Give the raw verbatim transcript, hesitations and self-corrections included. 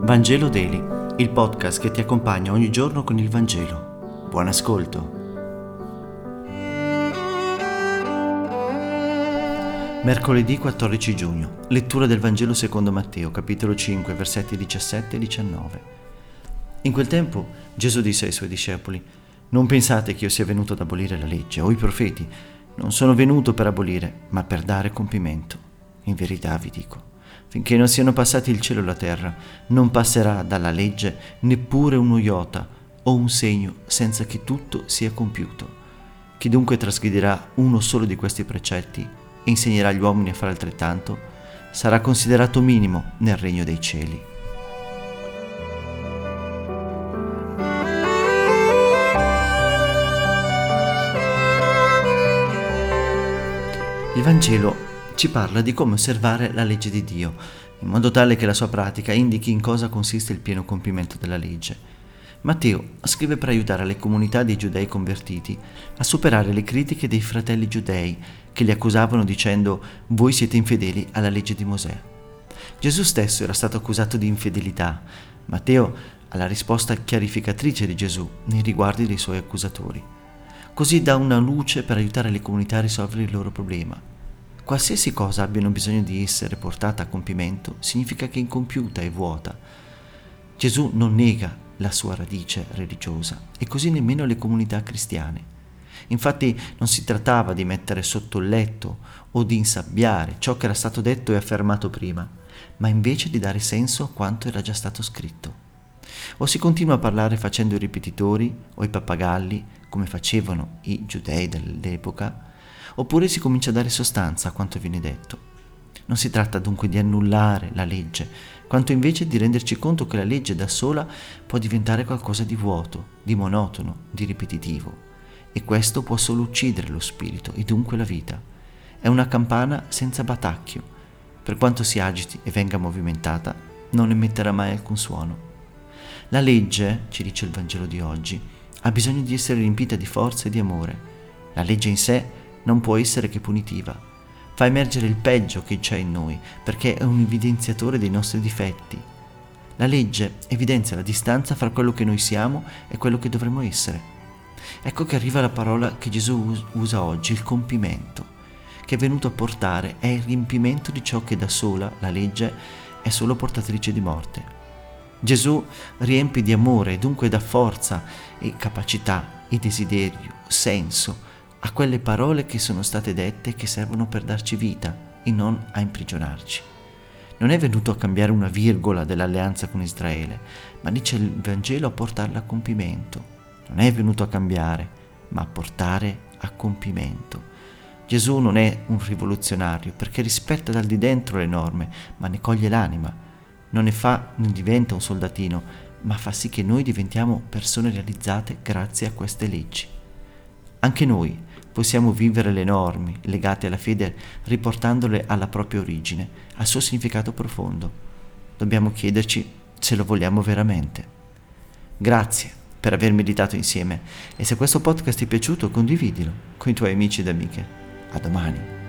Vangelo Daily, il podcast che ti accompagna ogni giorno con il Vangelo. Buon ascolto. Mercoledì quattordici giugno, lettura del Vangelo secondo Matteo, capitolo cinque, versetti diciassette e diciannove. In quel tempo Gesù disse ai suoi discepoli: «Non pensate che io sia venuto ad abolire la legge o i profeti. Non sono venuto per abolire, ma per dare compimento. In verità vi dico, finché non siano passati il cielo e la terra, non passerà dalla legge neppure uno iota o un segno senza che tutto sia compiuto. Chi dunque trasgredirà uno solo di questi precetti e insegnerà agli uomini a fare altrettanto, sarà considerato minimo nel regno dei cieli». Il Vangelo ci parla di come osservare la legge di Dio, in modo tale che la sua pratica indichi in cosa consiste il pieno compimento della legge. Matteo scrive per aiutare le comunità dei giudei convertiti a superare le critiche dei fratelli giudei che li accusavano dicendo: «Voi siete infedeli alla legge di Mosè». Gesù stesso era stato accusato di infedelità. Matteo ha la risposta chiarificatrice di Gesù nei riguardi dei suoi accusatori. Così dà una luce per aiutare le comunità a risolvere il loro problema. Qualsiasi cosa abbiano bisogno di essere portata a compimento significa che è incompiuta e vuota. Gesù non nega la sua radice religiosa e così nemmeno le comunità cristiane. Infatti non si trattava di mettere sotto il letto o di insabbiare ciò che era stato detto e affermato prima, ma invece di dare senso a quanto era già stato scritto. O si continua a parlare facendo i ripetitori o i pappagalli, come facevano i giudei dell'epoca, oppure si comincia a dare sostanza a quanto viene detto. Non si tratta dunque di annullare la legge, quanto invece di renderci conto che la legge da sola può diventare qualcosa di vuoto, di monotono, di ripetitivo, e questo può solo uccidere lo spirito e dunque la vita. È una campana senza batacchio. Per quanto si agiti e venga movimentata, non emetterà mai alcun suono. La legge, ci dice il Vangelo di oggi, ha bisogno di essere riempita di forza e di amore. La legge in sé non può essere che punitiva. Fa emergere il peggio che c'è in noi, perché è un evidenziatore dei nostri difetti. La legge evidenzia la distanza fra quello che noi siamo e quello che dovremmo essere. Ecco che arriva la parola che Gesù usa oggi, il compimento, che è venuto a portare è il riempimento di ciò che da sola, la legge, è solo portatrice di morte. Gesù riempie di amore e dunque dà forza e capacità e desiderio, senso a quelle parole che sono state dette e che servono per darci vita e non a imprigionarci. Non è venuto a cambiare una virgola dell'alleanza con Israele, ma dice il Vangelo a portarla a compimento. Non è venuto a cambiare, ma a portare a compimento. Gesù non è un rivoluzionario perché rispetta dal di dentro le norme, ma ne coglie l'anima. Non ne fa, non diventa un soldatino, ma fa sì che noi diventiamo persone realizzate grazie a queste leggi. Anche noi possiamo vivere le norme legate alla fede riportandole alla propria origine, al suo significato profondo. Dobbiamo chiederci se lo vogliamo veramente. Grazie per aver meditato insieme e se questo podcast ti è piaciuto condividilo con i tuoi amici ed amiche. A domani.